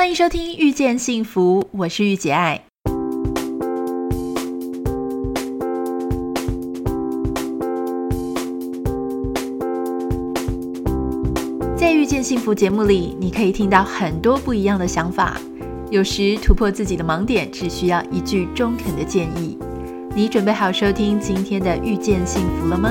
欢迎收听遇见幸福，我是玉姐爱。在遇见幸福节目里，你可以听到很多不一样的想法，有时突破自己的盲点只需要一句中肯的建议。你准备好收听今天的遇见幸福了吗？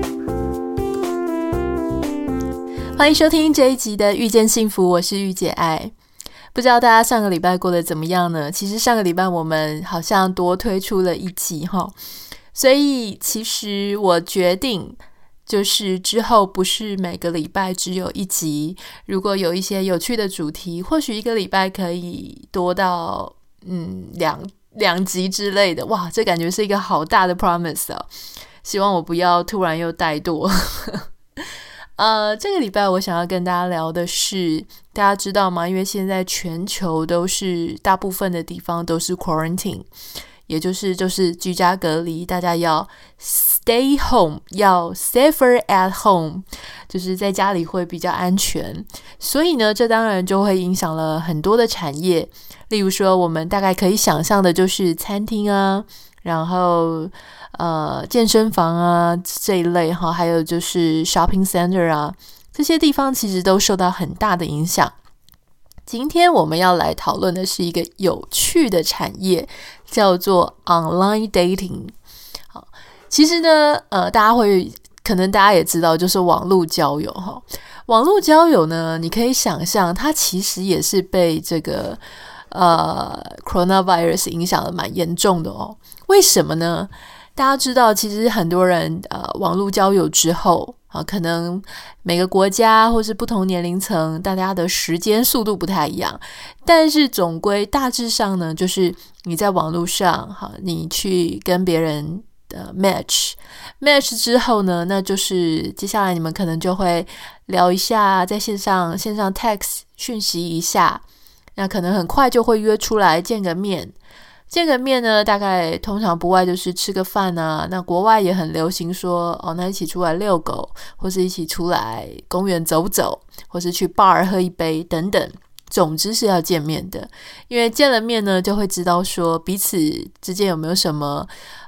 欢迎收听这一集的遇见幸福，我是玉姐爱。不知道大家上个礼拜过得怎么样呢？其实上个礼拜我们好像多推出了一集齁，所以其实我决定就是之后不是每个礼拜只有一集，如果有一些有趣的主题，或许一个礼拜可以多到两集之类的。哇，这感觉是一个好大的 promise 哦，希望我不要突然又怠惰。这个礼拜我想要跟大家聊的是，大家知道吗？因为现在全球都是大部分的地方都是 quarantine， 也就是居家隔离，大家要 stay home， 要 safer at home， 就是在家里会比较安全。所以呢，这当然就会影响了很多的产业，例如说我们大概可以想象的就是餐厅啊，然后健身房啊这一类哈，还有就是 shopping center 啊，这些地方其实都受到很大的影响。今天我们要来讨论的是一个有趣的产业，叫做 online dating。好，其实呢，可能大家也知道，就是网络交友哈。网络交友呢，你可以想象，它其实也是被这个coronavirus 影响的蛮严重的哦。为什么呢？大家知道，其实很多人网络交友之后可能每个国家或是不同年龄层，大家的时间速度不太一样，但是总归大致上呢，就是你在网络上你去跟别人match 之后呢，那就是接下来你们可能就会聊一下，在线上 text 讯息一下，那可能很快就会约出来见个面呢，大概通常不外就是吃个饭啊。那国外也很流行说那一起出来遛狗，或是一起出来公园走走，或是去 bar 喝一杯等等，总之是要见面的。因为见了面呢，就会知道说彼此之间有没有什么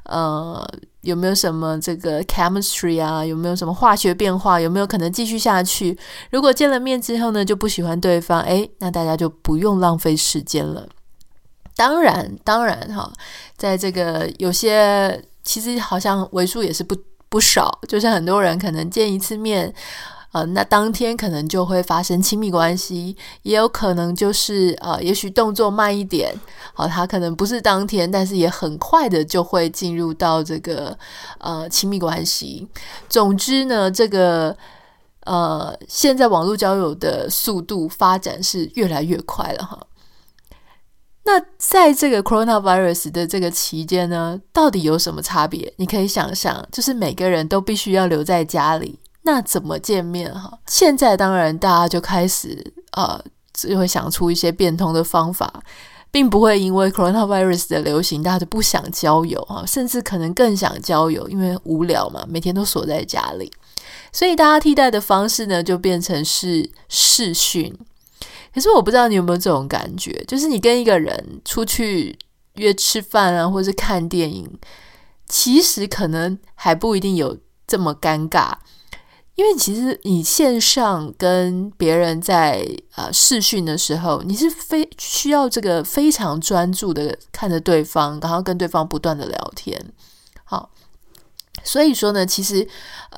这个 chemistry 啊，有没有什么化学变化，有没有可能继续下去。如果见了面之后呢，就不喜欢对方，那大家就不用浪费时间了。当然在这个有些其实好像为数也是不少，就是很多人可能见一次面那当天可能就会发生亲密关系，也有可能就是也许动作慢一点他可能不是当天，但是也很快的就会进入到这个亲密关系。总之呢，这个现在网络交友的速度发展是越来越快了哈。那在这个 coronavirus 的这个期间呢，到底有什么差别？你可以想象，就是每个人都必须要留在家里，那怎么见面哈？现在当然大家就开始就会想出一些变通的方法，并不会因为 coronavirus 的流行大家就不想交友甚至可能更想交友，因为无聊嘛，每天都锁在家里，所以大家替代的方式呢，就变成是视讯。可是我不知道你有没有这种感觉，就是你跟一个人出去约吃饭啊，或是看电影，其实可能还不一定有这么尴尬，因为其实你线上跟别人在视讯的时候，你是需要这个非常专注的看着对方，然后跟对方不断的聊天。好，所以说呢，其实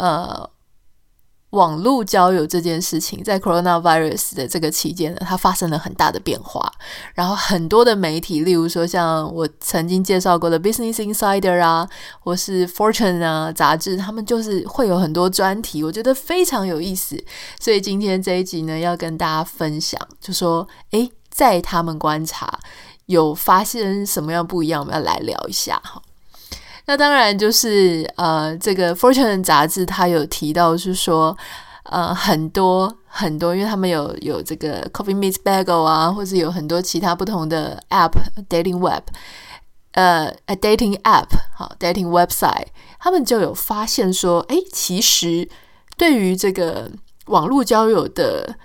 网络交友这件事情在 coronavirus 的这个期间呢，它发生了很大的变化。然后很多的媒体，例如说像我曾经介绍过的 Business Insider 啊，或是 Fortune 啊杂志，他们就是会有很多专题，我觉得非常有意思。所以今天这一集呢，要跟大家分享，就说在他们观察有发现什么样不一样，我们要来聊一下哈。那当然就是这个 Fortune 杂志它有提到是说很多，因为他们有这个 Coffee Meets Bagel 啊，或者有很多其他不同的 app dating app 好 dating website， 他们就有发现说其实对于这个网络交友的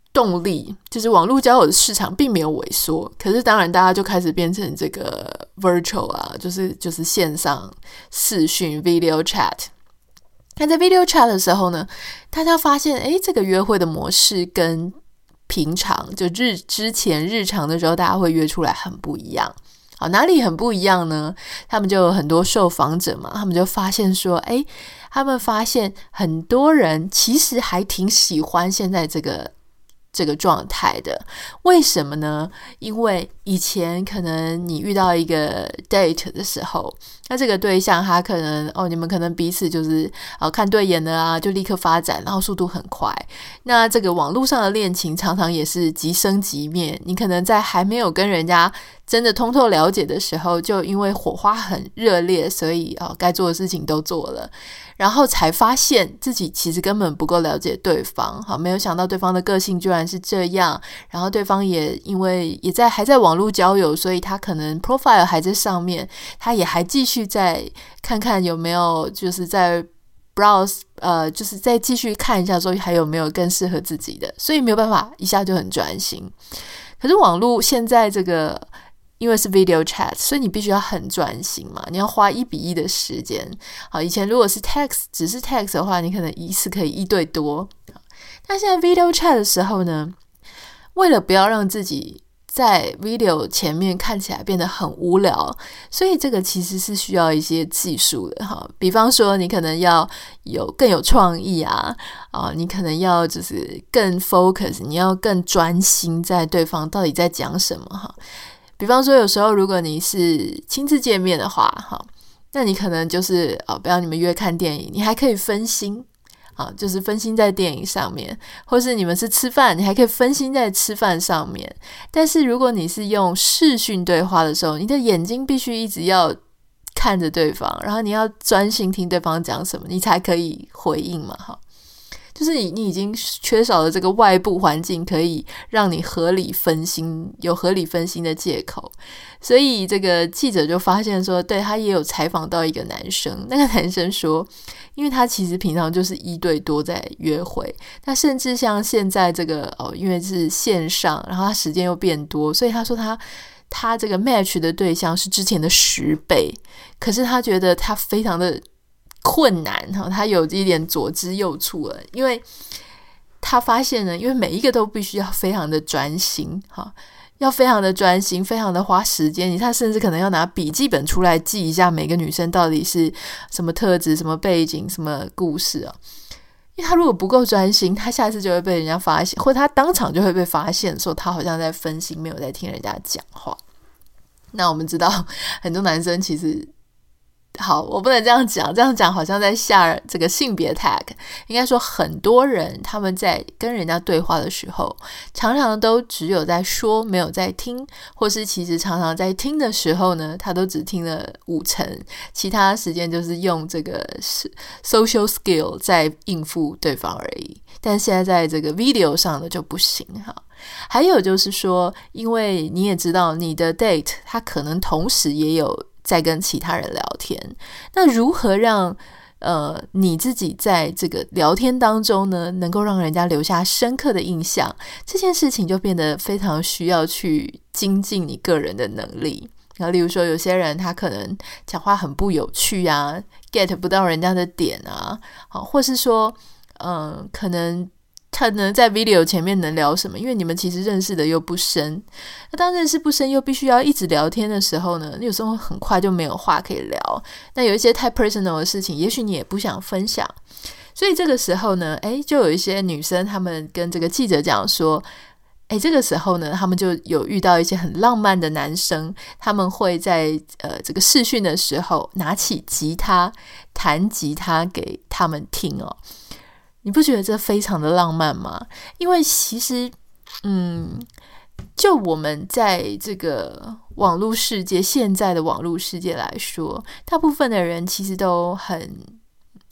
动力，就是网络交友的市场并没有萎缩，可是当然大家就开始变成这个 virtual 啊，就是线上视讯 video chat。那在 video chat 的时候呢，大家发现这个约会的模式跟平常就之前日常的时候大家会约出来很不一样。好，哪里很不一样呢？他们就有很多受访者嘛，他们就发现说他们发现很多人其实还挺喜欢现在这个状态的。为什么呢？因为以前可能你遇到一个 date 的时候，那这个对象他可能你们可能彼此就是看对眼了啊，就立刻发展，然后速度很快。那这个网络上的恋情常常也是即生即灭，你可能在还没有跟人家真的通透了解的时候，就因为火花很热烈，所以该做的事情都做了，然后才发现自己其实根本不够了解对方。好，没有想到对方的个性居然是这样，然后对方也因为还在网络交友，所以他可能 profile 还在上面，他也还继续再看看有没有就是在 browse 就是再继续看一下说还有没有更适合自己的，所以没有办法一下就很专心。可是网络现在这个因为是 video chat， 所以你必须要很专心嘛，你要花1比1的时间。好，以前如果是 text 只是 text 的话，你可能一次可以1对多，但现在 video chat 的时候呢，为了不要让自己在 video 前面看起来变得很无聊，所以这个其实是需要一些技术的哈。比方说你可能要更有创意啊，你可能要就是更 focus， 你要更专心在对方到底在讲什么哈。比方说有时候如果你是亲自见面的话，那你可能就是不要你们约看电影，你还可以分心，就是分心在电影上面，或是你们是吃饭，你还可以分心在吃饭上面。但是如果你是用视讯对话的时候，你的眼睛必须一直要看着对方，然后你要专心听对方讲什么，你才可以回应嘛。就是你已经缺少了这个外部环境可以让你有合理分心的借口。所以这个记者就发现说，对，他也有采访到一个男生，那个男生说因为他其实平常就是1对多在约会，那甚至像现在这个因为是线上，然后他时间又变多，所以他说他这个 match 的对象是之前的10倍，可是他觉得他非常的困难，他有一点左支右绌了，因为他发现呢，因为每一个都必须要非常的专心，要非常的专心，非常的花时间，他甚至可能要拿笔记本出来记一下每个女生到底是什么特质、什么背景、什么故事因为他如果不够专心，他下次就会被人家发现，或者他当场就会被发现说他好像在分心，没有在听人家讲话。那我们知道很多男生其实好，我不能这样讲好像在下这个性别 tag。 应该说很多人他们在跟人家对话的时候，常常都只有在说，没有在听，或是其实常常在听的时候呢，他都只听了50%，其他时间就是用这个 social skill 在应付对方而已。但现在在这个 video 上的就不行哈。还有就是说，因为你也知道你的 date 他可能同时也有在跟其他人聊天，那如何让你自己在这个聊天当中呢，能够让人家留下深刻的印象，这件事情就变得非常需要去精进你个人的能力。例如说有些人他可能讲话很不有趣啊， get 不到人家的点啊，或是说可能在 video 前面能聊什么，因为你们其实认识的又不深，那当认识不深又必须要一直聊天的时候呢，有时候很快就没有话可以聊，那有一些太 personal 的事情也许你也不想分享，所以这个时候呢就有一些女生她们跟这个记者讲说这个时候呢他们就有遇到一些很浪漫的男生，他们会在这个视讯的时候拿起吉他弹吉他给他们听你不觉得这非常的浪漫吗？因为其实就我们在这个网络世界，现在的网络世界来说，大部分的人其实都很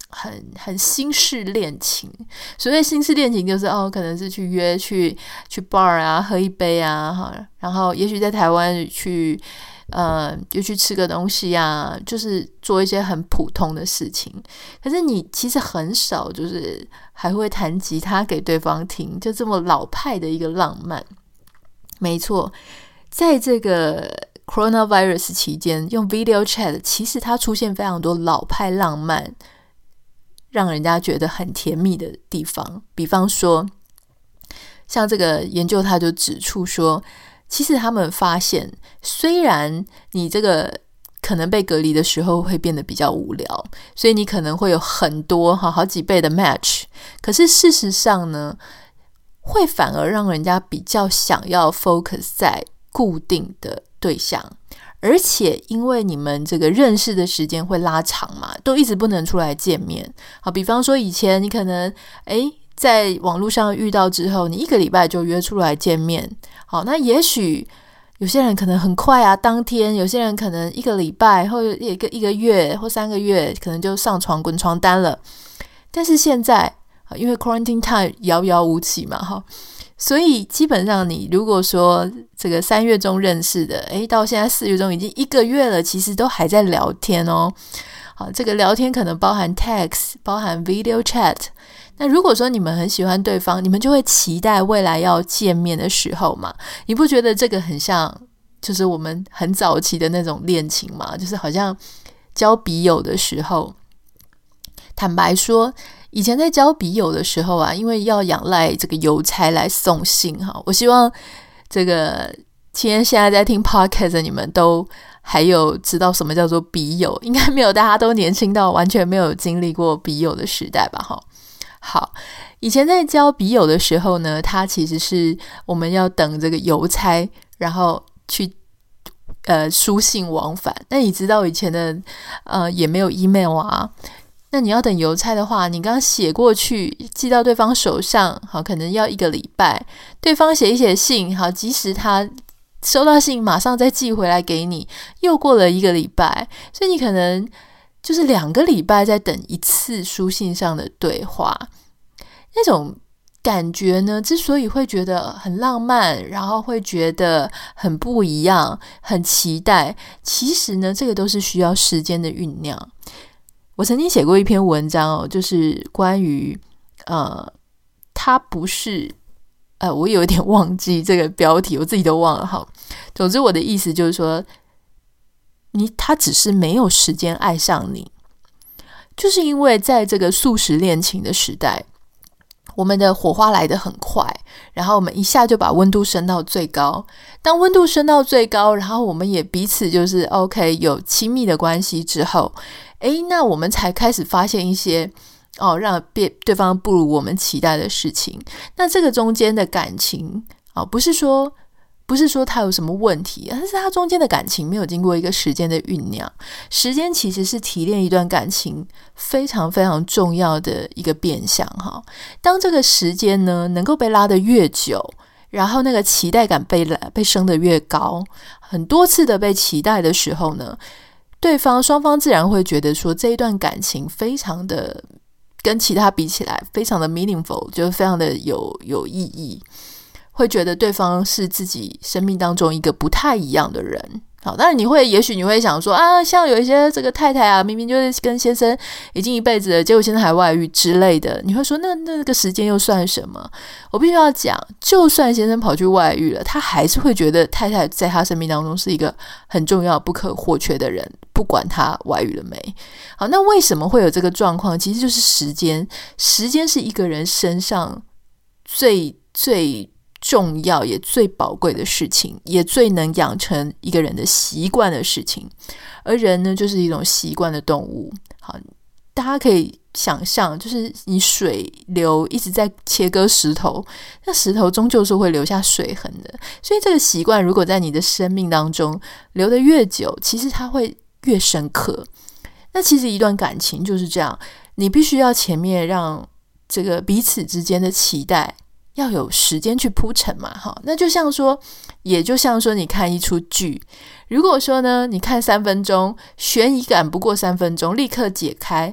很新式恋情。所谓新式恋情就是可能是去约去 bar 啊，喝一杯啊，然后也许在台湾就去吃个东西啊，就是做一些很普通的事情。可是你其实很少就是还会弹吉他给对方听，就这么老派的一个浪漫。没错，在这个 coronavirus 期间用 video chat， 其实它出现非常多老派浪漫让人家觉得很甜蜜的地方。比方说像这个研究他就指出说，其实他们发现虽然你这个可能被隔离的时候会变得比较无聊，所以你可能会有很多好几倍的 match， 可是事实上呢，会反而让人家比较想要 focus 在固定的对象。而且因为你们这个认识的时间会拉长嘛，都一直不能出来见面。好，比方说以前你可能在网络上遇到之后，你1个礼拜就约出来见面。好，那也许有些人可能很快啊，当天；有些人可能1个礼拜或一个月或3个月，可能就上床滚床单了。但是现在因为 quarantine time 遥遥无期嘛，所以基本上你如果说这个3月中认识的，到现在4月中已经1个月了，其实都还在聊天哦。好，这个聊天可能包含 text， 包含 video chat。那如果说你们很喜欢对方，你们就会期待未来要见面的时候嘛。你不觉得这个很像就是我们很早期的那种恋情嘛？就是好像交笔友的时候，坦白说以前在交笔友的时候啊，因为要仰赖这个邮差来送信哈，我希望这个现在在听 podcast 的你们都还有知道什么叫做笔友，应该没有，大家都年轻到完全没有经历过笔友的时代吧。好，以前在交笔友的时候呢，它其实是我们要等这个邮差，然后去书信往返。那你知道以前的也没有 email 啊，那你要等邮差的话，你刚刚写过去寄到对方手上，好，可能要1个礼拜。对方写一写信，好，即使他收到信马上再寄回来给你，又过了1个礼拜，所以你可能就是2个礼拜再等一次书信上的对话。那种感觉呢，之所以会觉得很浪漫，然后会觉得很不一样，很期待，其实呢，这个都是需要时间的酝酿。我曾经写过一篇文章就是关于它不是我有点忘记这个标题，我自己都忘了。总之我的意思就是说，他只是没有时间爱上你，就是因为在这个速食恋情的时代，我们的火花来得很快，然后我们一下就把温度升到最高。当温度升到最高，然后我们也彼此就是 OK 有亲密的关系之后，那我们才开始发现一些让对方不如我们期待的事情。那这个中间的感情不是说他有什么问题，但是他中间的感情没有经过一个时间的酝酿。时间其实是提炼一段感情非常非常重要的一个变相。当这个时间呢能够被拉得越久，然后那个期待感被升得越高，很多次的被期待的时候呢，双方自然会觉得说这一段感情非常的跟其他比起来非常的 meaningful， 就是非常的有意义，会觉得对方是自己生命当中一个不太一样的人。好，当然也许你会想说像有一些这个太太明明就是跟先生已经一辈子了，结果先生还外遇之类的，你会说那个时间又算什么？我必须要讲，就算先生跑去外遇了，他还是会觉得太太在他生命当中是一个很重要不可或缺的人，不管他外遇了没。好，那为什么会有这个状况？其实就是时间是一个人身上最重要也最宝贵的事情，也最能养成一个人的习惯的事情。而人呢，就是一种习惯的动物。好，大家可以想象，就是你水流一直在切割石头，那石头终究是会留下水痕的。所以这个习惯如果在你的生命当中留得越久，其实它会越深刻。那其实一段感情就是这样，你必须要前面让这个彼此之间的期待要有时间去铺陈嘛。那也就像说你看一出剧，如果说呢你看3分钟，悬疑感不过3分钟，立刻解开，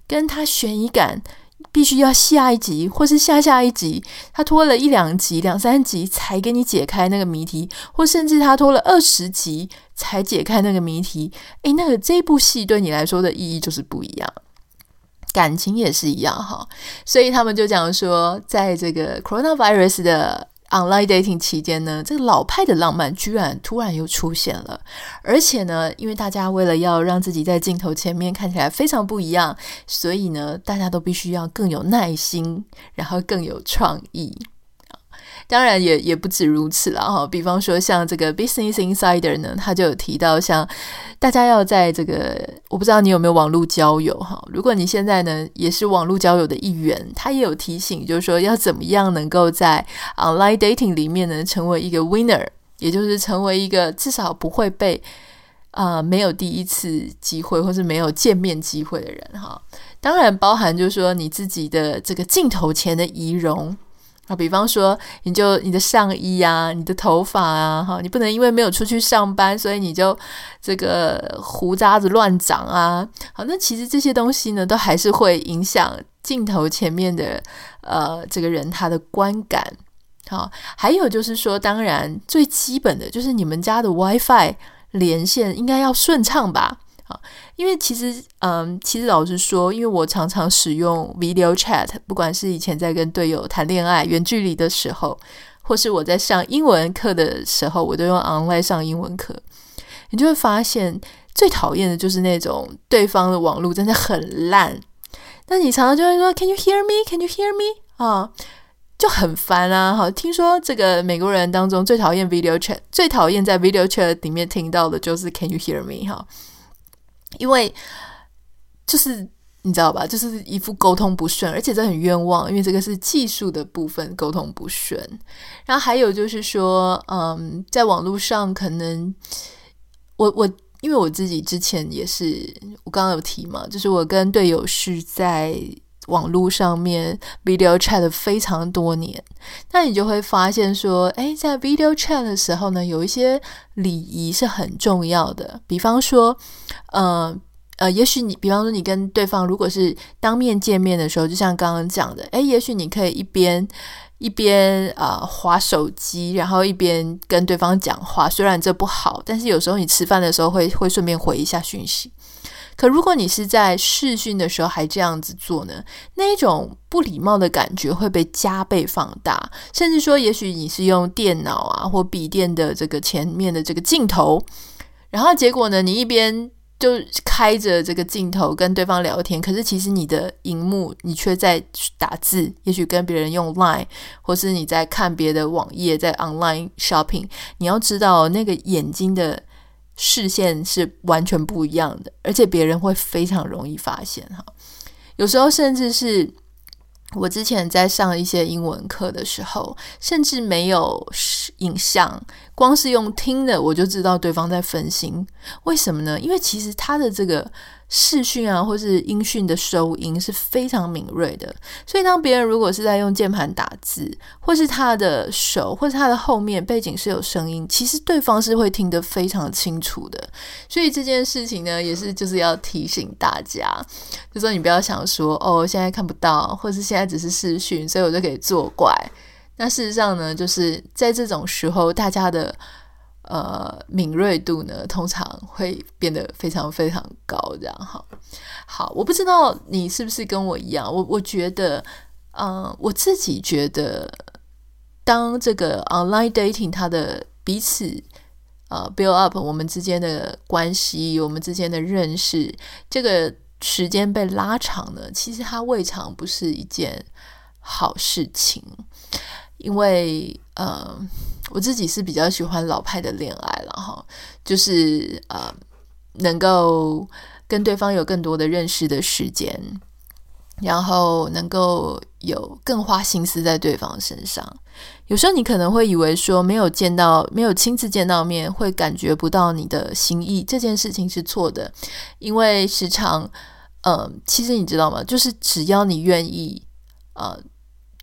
跟他悬疑感必须要下一集或是下下一集，他拖了1-2集2-3集才给你解开那个谜题，或甚至他拖了20集才解开那个谜题，那个这部戏对你来说的意义就是不一样。感情也是一样哈，所以他们就讲说，在这个 coronavirus 的 online dating 期间呢，这个老派的浪漫居然突然又出现了，而且呢，因为大家为了要让自己在镜头前面看起来非常不一样，所以呢，大家都必须要更有耐心，然后更有创意。当然也不止如此啦哈，比方说像这个 Business Insider 呢，他就有提到像大家要在这个，我不知道你有没有网络交友哈，如果你现在呢也是网络交友的一员，他也有提醒，就是说要怎么样能够在 online dating 里面呢成为一个 winner， 也就是成为一个至少不会被没有第一次机会或是没有见面机会的人哈。当然包含就是说你自己的这个镜头前的仪容比方说你的上衣啊，你的头发啊，你不能因为没有出去上班，所以你就这个胡渣子乱长啊。好，那其实这些东西呢，都还是会影响镜头前面的这个人他的观感。好，还有就是说，当然最基本的就是你们家的 WiFi 连线应该要顺畅吧。因为其实老实说，因为我常常使用 video chat， 不管是以前在跟队友谈恋爱远距离的时候，或是我在上英文课的时候，我都用 online 上英文课，你就会发现最讨厌的就是那种对方的网络真的很烂，但你常常就会说 Can you hear me? Can you hear me? 就很烦啊。好，听说这个美国人当中最讨厌 video chat， 最讨厌在 video chat 里面听到的就是 Can you hear me? 因为就是你知道吧，就是一副沟通不顺，而且这很冤枉，因为这个是技术的部分沟通不顺。然后还有就是说在网络上可能因为我自己之前也是，我刚刚有提嘛，就是我跟队友是在网络上面 video chat 了非常多年，那你就会发现说在 video chat 的时候呢，有一些礼仪是很重要的。比方说也许比方说你跟对方如果是当面见面的时候，就像刚刚讲的也许你可以一边滑手机，然后一边跟对方讲话，虽然这不好，但是有时候你吃饭的时候会顺便回一下讯息。可如果你是在视讯的时候还这样子做呢，那一种不礼貌的感觉会被加倍放大，甚至说也许你是用电脑或笔电的这个前面的这个镜头，然后结果呢你一边就开着这个镜头跟对方聊天，可是其实你的荧幕你却在打字，也许跟别人用 Line， 或是你在看别的网页，在 online shopping。 你要知道那个眼睛的视线是完全不一样的，而且别人会非常容易发现有时候甚至是我之前在上一些英文课的时候，甚至没有影像，光是用听的我就知道对方在分心。为什么呢？因为其实他的这个视讯或是音讯的收音是非常敏锐的，所以当别人如果是在用键盘打字，或是他的手或是他的后面背景是有声音，其实对方是会听得非常清楚的。所以这件事情呢，也是就是要提醒大家，就说你不要想说现在看不到，或是现在只是视讯，所以我就可以作怪。那事实上呢，就是在这种时候大家的敏锐度呢通常会变得非常非常高，这样好，我不知道你是不是跟我一样，我觉得我自己觉得当这个 online dating 它的彼此build up 我们之间的关系，我们之间的认识，这个时间被拉长呢，其实它未尝不是一件好事情。因为我自己是比较喜欢老派的恋爱了就是能够跟对方有更多的认识的时间，然后能够有更花心思在对方身上。有时候你可能会以为说没有亲自见到面会感觉不到你的心意，这件事情是错的。因为时常其实你知道吗，就是只要你愿意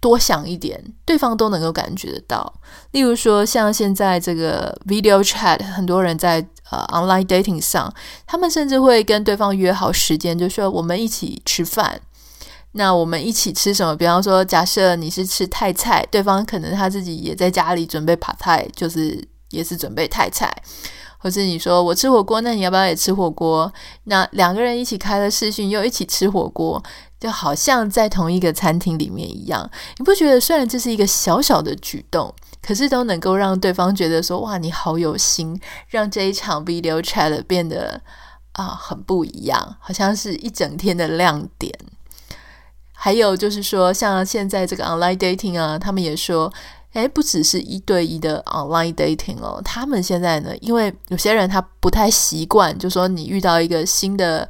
多想一点，对方都能够感觉得到。例如说像现在这个 video chat， 很多人在online dating 上，他们甚至会跟对方约好时间，就说我们一起吃饭，那我们一起吃什么？比方说假设你是吃泰菜，对方可能他自己也在家里准备 pad thai， 就是也是准备泰菜，或是你说我吃火锅，那你要不要也吃火锅？那两个人一起开了视讯，又一起吃火锅，就好像在同一个餐厅里面一样。你不觉得虽然这是一个小小的举动，可是都能够让对方觉得说，哇，你好有心，让这一场 video chat 变得很不一样，好像是一整天的亮点。还有就是说像现在这个 online dating 啊，他们也说不只是一对一的 online dating 哦，他们现在呢，因为有些人他不太习惯，就说你遇到一个新的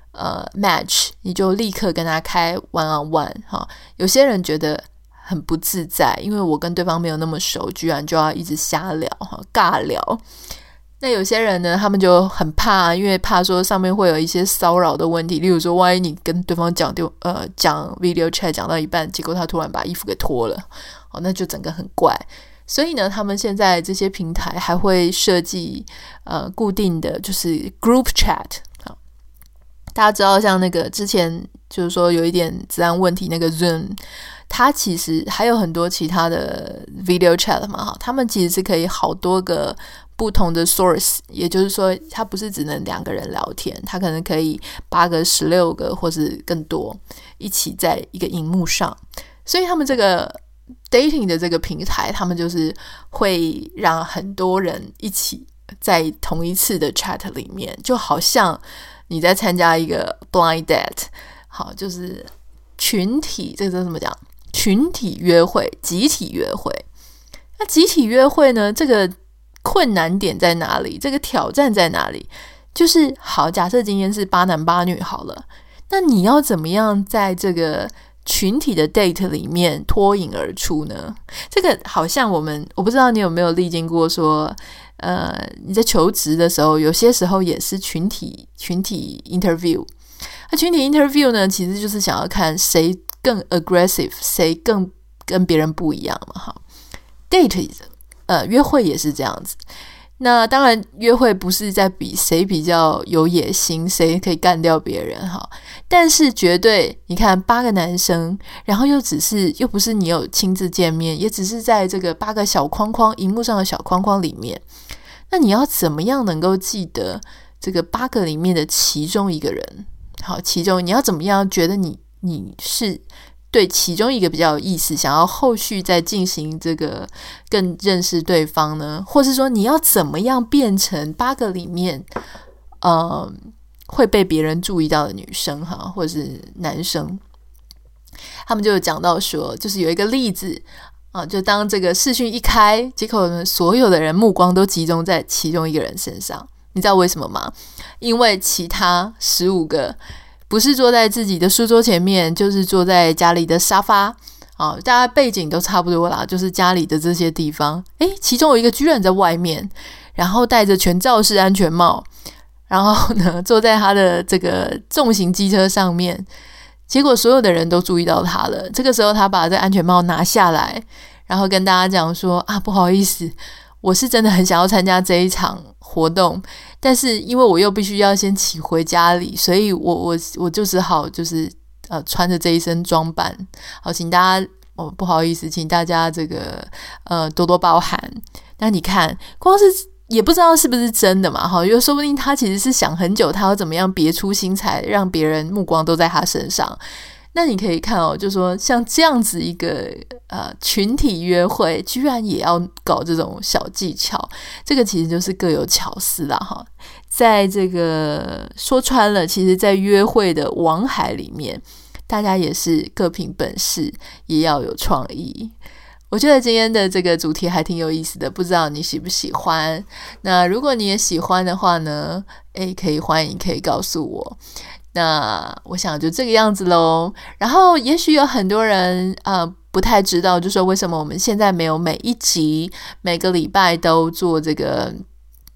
match， 你就立刻跟他开 one on one 有些人觉得很不自在，因为我跟对方没有那么熟，居然就要一直瞎聊尬聊。那有些人呢，他们就很怕，因为怕说上面会有一些骚扰的问题，例如说万一你跟对方讲 video chat 讲到一半，结果他突然把衣服给脱了，那就整个很怪。所以呢，他们现在这些平台还会设计固定的就是 group chat。大家知道像那个之前就是说有一点治安问题，那个 Zoom 它其实还有很多其他的 video chat 嘛，他们其实是可以好多个不同的 source， 也就是说它不是只能两个人聊天，它可能可以8个16个或是更多一起在一个荧幕上。所以他们这个 dating 的这个平台，他们就是会让很多人一起在同一次的 chat 里面，就好像你在参加一个 blind date， 好，就是群体，这个怎么讲？群体约会、集体约会。那集体约会呢？这个困难点在哪里？这个挑战在哪里？就是好，假设今天是8男8女好了，那你要怎么样在这个群体的 date 里面脱颖而出呢？这个好像我不知道你有没有历经过说你在求职的时候，有些时候也是群体 interview。那群体 interview 呢，其实就是想要看谁更 aggressive， 谁更跟别人不一样嘛。哈 ，date 约会也是这样子。那当然，约会不是在比谁比较有野心，谁可以干掉别人哈。但是绝对，你看8个男生，然后又不是你有亲自见面，也只是在这个8个小框框，荧幕上的小框框里面。那你要怎么样能够记得这个8个里面的其中一个人？好，你要怎么样觉得你是对其中一个比较有意思，想要后续再进行这个更认识对方呢？或是说你要怎么样变成8个里面会被别人注意到的女生哈，或者是男生？他们就有讲到说，就是有一个例子就当这个视讯一开，结果呢，所有的人目光都集中在其中一个人身上。你知道为什么吗？因为其他15个不是坐在自己的书桌前面，就是坐在家里的沙发大家背景都差不多啦，就是家里的这些地方。其中有一个居然在外面，然后戴着全罩式安全帽，然后呢坐在他的这个重型机车上面，结果所有的人都注意到他了。这个时候他把这安全帽拿下来，然后跟大家讲说不好意思，我是真的很想要参加这一场活动，但是因为我又必须要先骑回家里，所以我就只好就是穿着这一身装扮。好，请大家不好意思，请大家这个多多包涵。那你看，光是也不知道是不是真的嘛，因为说不定他其实是想很久，他要怎么样别出心裁，让别人目光都在他身上。那你可以看就说像这样子一个群体约会，居然也要搞这种小技巧，这个其实就是各有巧思啦哈。在这个说穿了，其实在约会的网海里面，大家也是各凭本事，也要有创意。我觉得今天的这个主题还挺有意思的，不知道你喜不喜欢？那如果你也喜欢的话呢，欢迎可以告诉我。那我想就这个样子咯。然后也许有很多人不太知道，就说为什么我们现在没有每一集每个礼拜都做这个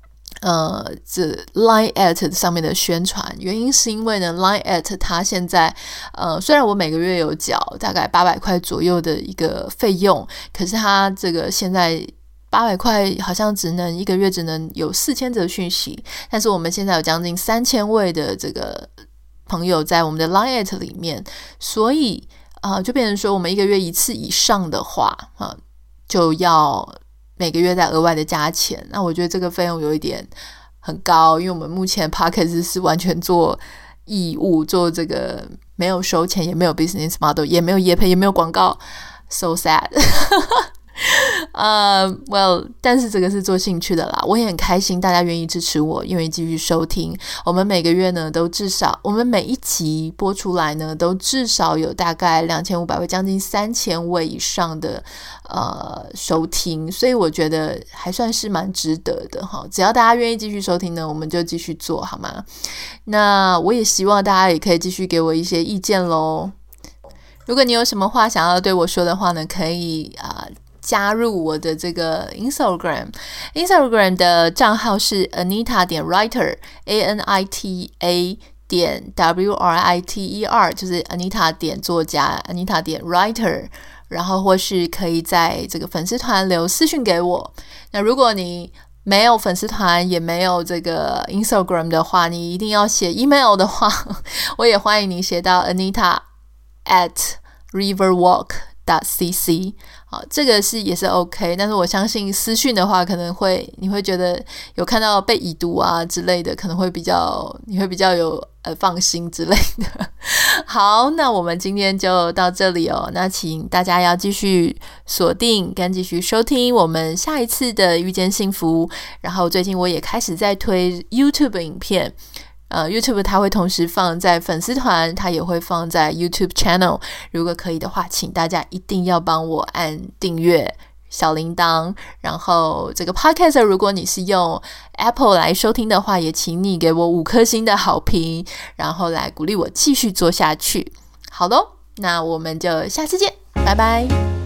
这 Line@ 上面的宣传，原因是因为呢 Line@ 它现在虽然我每个月有缴大概800块左右的一个费用，可是它这个现在800块好像一个月只能有4000则讯息，但是我们现在有将近3000位的这个朋友在我们的 Line@ 里面，所以就变成说我们一个月1次以上的话就要每个月再额外的加钱。那我觉得这个费用有一点很高，因为我们目前 Podcast 是完全做义务，做这个没有收钱，也没有 business model， 也没有业配，也没有广告， so sad well， 但是这个是做兴趣的啦，我也很开心大家愿意支持我，愿意继续收听。我们每个月呢都至少，我们每一集播出来呢都至少有大概2500位，将近3000位以上的收听，所以我觉得还算是蛮值得的哈。只要大家愿意继续收听呢，我们就继续做好吗？那我也希望大家也可以继续给我一些意见咯。如果你有什么话想要对我说的话呢，可以加入我的这个 Instagram 的账号是 Anita.Writer ANITA.WRITER， 就是 Anita 作家 Anita.Writer， 然后或是可以在这个粉丝团留私讯给我。那如果你没有粉丝团也没有这个 Instagram 的话，你一定要写 email 的话，我也欢迎你写到 Anita@riverwalk.cc， 这个也是 OK， 但是我相信私讯的话可能你会觉得有看到被已读之类的，可能会你会比较有放心之类的。好，那我们今天就到这里哦。那请大家要继续锁定跟继续收听我们下一次的遇见幸福。然后最近我也开始在推 YouTube 影片。YouTube 它会同时放在粉丝团，它也会放在 YouTube channel。如果可以的话，请大家一定要帮我按订阅、小铃铛。然后这个 Podcast 如果你是用 Apple 来收听的话，也请你给我5颗星的好评，然后来鼓励我继续做下去。好咯，那我们就下次见，拜拜。